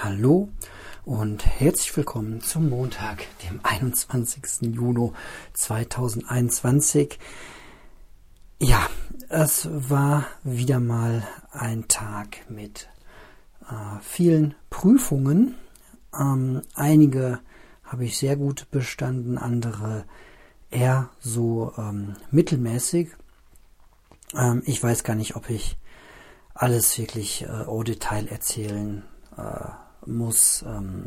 Hallo und herzlich willkommen zum Montag, dem 21. Juni 2021. Ja, es war wieder mal ein Tag mit vielen Prüfungen. Einige habe ich sehr gut bestanden, andere eher so mittelmäßig. Ich weiß gar nicht, ob ich alles wirklich au Detail erzählen muss.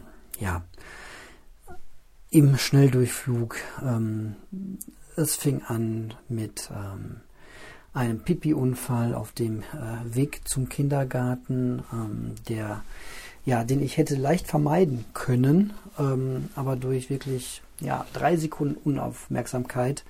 Im Schnelldurchflug. Es fing an mit einem Pipi-Unfall auf dem Weg zum Kindergarten, den ich hätte leicht vermeiden können, aber durch wirklich 3 Sekunden Unaufmerksamkeit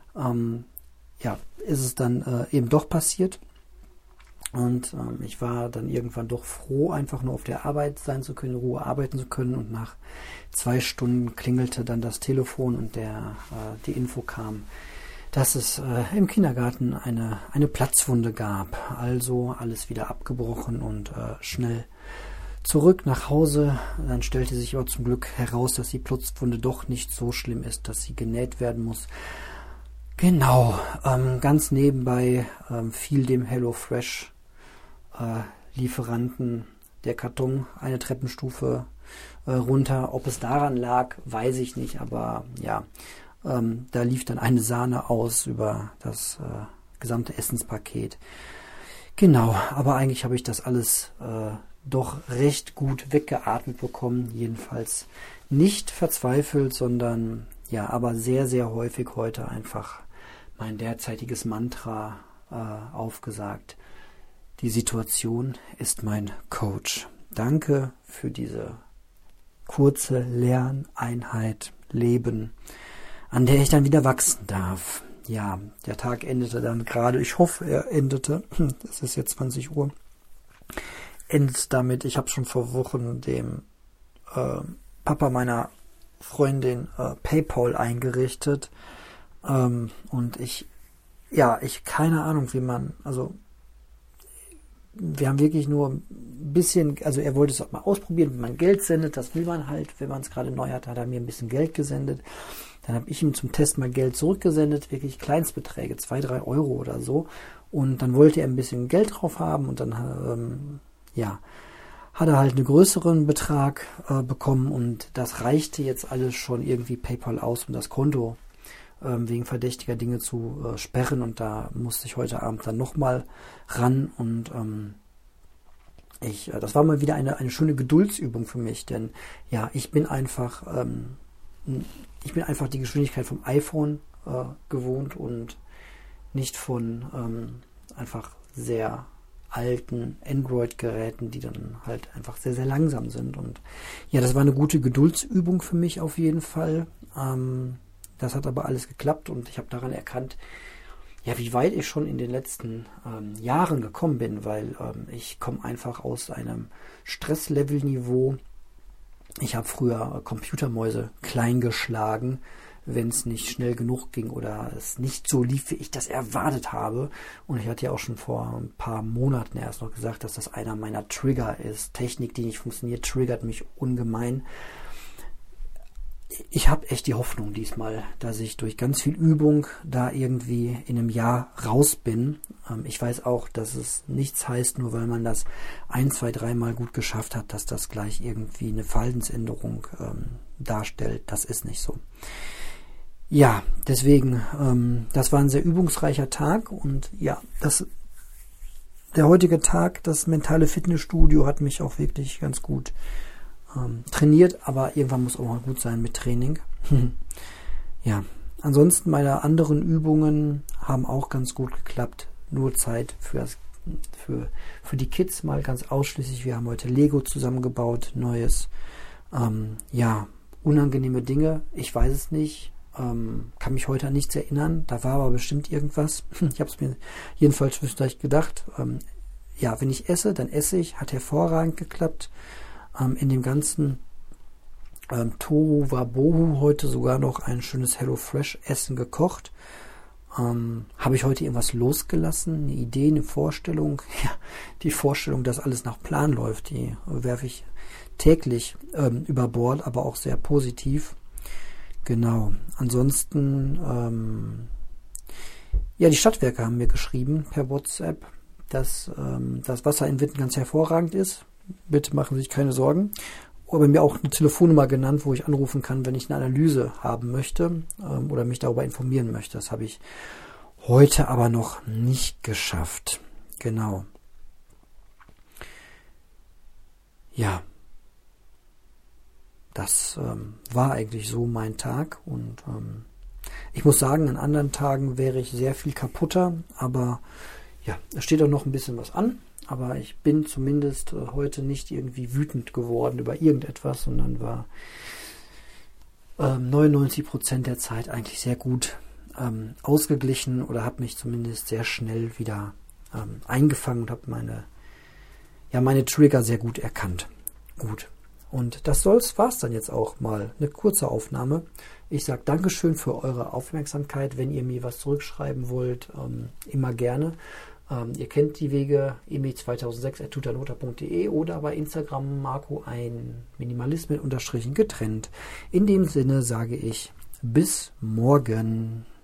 ist es dann eben doch passiert. Und ich war dann irgendwann doch froh, einfach nur auf der Arbeit sein zu können, in Ruhe arbeiten zu können. Und nach 2 Stunden klingelte dann das Telefon und die Info kam, dass es im Kindergarten eine Platzwunde gab. Also alles wieder abgebrochen und schnell zurück nach Hause. Dann stellte sich aber zum Glück heraus, dass die Platzwunde doch nicht so schlimm ist, dass sie genäht werden muss. Genau, ganz nebenbei fiel dem HelloFresh Lieferanten der Karton eine Treppenstufe runter. Ob es daran lag, weiß ich nicht, aber da lief dann eine Sahne aus über das gesamte Essenspaket. Genau, aber eigentlich habe ich das alles doch recht gut weggeatmet bekommen, jedenfalls nicht verzweifelt, sondern aber sehr, sehr häufig heute einfach mein derzeitiges Mantra aufgesagt. Die Situation ist mein Coach. Danke für diese kurze Lerneinheit Leben, an der ich dann wieder wachsen darf. Ja, der Tag endete dann gerade, ich hoffe, er endete, es ist jetzt 20 Uhr, endet damit, ich habe schon vor Wochen dem Papa meiner Freundin PayPal eingerichtet. Und ich keine Ahnung, wir haben wirklich nur ein bisschen, also er wollte es auch mal ausprobieren, wie man Geld sendet, das will man halt, wenn man es gerade neu hat er mir ein bisschen Geld gesendet. Dann habe ich ihm zum Test mal Geld zurückgesendet, wirklich Kleinstbeträge, 2-3 Euro oder so. Und dann wollte er ein bisschen Geld drauf haben und dann, hat er halt einen größeren Betrag bekommen und das reichte jetzt alles schon irgendwie PayPal aus, um das Konto wegen verdächtiger Dinge zu sperren, und da musste ich heute Abend dann nochmal ran und das war mal wieder eine schöne Geduldsübung für mich, denn ich bin einfach die Geschwindigkeit vom iPhone gewohnt und nicht von einfach sehr alten Android-Geräten, die dann halt einfach sehr, sehr langsam sind. Und das war eine gute Geduldsübung für mich auf jeden Fall. Das hat aber alles geklappt und ich habe daran erkannt, wie weit ich schon in den letzten Jahren gekommen bin, weil ich komme einfach aus einem Stresslevel-Niveau. Ich habe früher Computermäuse klein geschlagen, wenn es nicht schnell genug ging oder es nicht so lief, wie ich das erwartet habe. Und ich hatte ja auch schon vor ein paar Monaten erst noch gesagt, dass das einer meiner Trigger ist. Technik, die nicht funktioniert, triggert mich ungemein. Ich habe echt die Hoffnung diesmal, dass ich durch ganz viel Übung da irgendwie in einem Jahr raus bin. Ich weiß auch, dass es nichts heißt, nur weil man das 1, 2, 3 Mal gut geschafft hat, dass das gleich irgendwie eine Verhaltensänderung darstellt. Das ist nicht so. Ja, deswegen, das war ein sehr übungsreicher Tag und der heutige Tag, das mentale Fitnessstudio hat mich auch wirklich ganz gut trainiert, aber irgendwann muss auch mal gut sein mit Training. Ansonsten meine anderen Übungen haben auch ganz gut geklappt. Nur Zeit für die Kids mal ganz ausschließlich. Wir haben heute Lego zusammengebaut, Neues. Unangenehme Dinge, ich weiß es nicht. Kann mich heute an nichts erinnern. Da war aber bestimmt irgendwas. Ich habe es mir jedenfalls zwischendurch gedacht. Wenn ich esse, dann esse ich. Hat hervorragend geklappt. In dem ganzen Tohu Wabohu heute sogar noch ein schönes HelloFresh-Essen gekocht. Habe ich heute irgendwas losgelassen? Eine Idee, eine Vorstellung? Ja, die Vorstellung, dass alles nach Plan läuft, die werfe ich täglich über Bord, aber auch sehr positiv. Genau. Ansonsten, ja, die Stadtwerke haben mir geschrieben per WhatsApp, dass das Wasser in Witten ganz hervorragend ist. Bitte machen Sie sich keine Sorgen. Aber mir auch eine Telefonnummer genannt, wo ich anrufen kann, wenn ich eine Analyse haben möchte oder mich darüber informieren möchte. Das habe ich heute aber noch nicht geschafft. Genau. Ja, das war eigentlich so mein Tag. Und ich muss sagen, an anderen Tagen wäre ich sehr viel kaputter. Aber ja, es steht auch noch ein bisschen was an. Aber ich bin zumindest heute nicht irgendwie wütend geworden über irgendetwas, sondern war 99% der Zeit eigentlich sehr gut ausgeglichen oder habe mich zumindest sehr schnell wieder eingefangen und habe meine Trigger sehr gut erkannt. Gut. Und das war's dann jetzt auch mal. Eine kurze Aufnahme. Ich sage Dankeschön für eure Aufmerksamkeit. Wenn ihr mir was zurückschreiben wollt, immer gerne. Ihr kennt die Wege, emi2006@tutanota.de oder bei Instagram Marco ein Minimalist mit Unterstrichen getrennt. In dem Sinne sage ich bis morgen.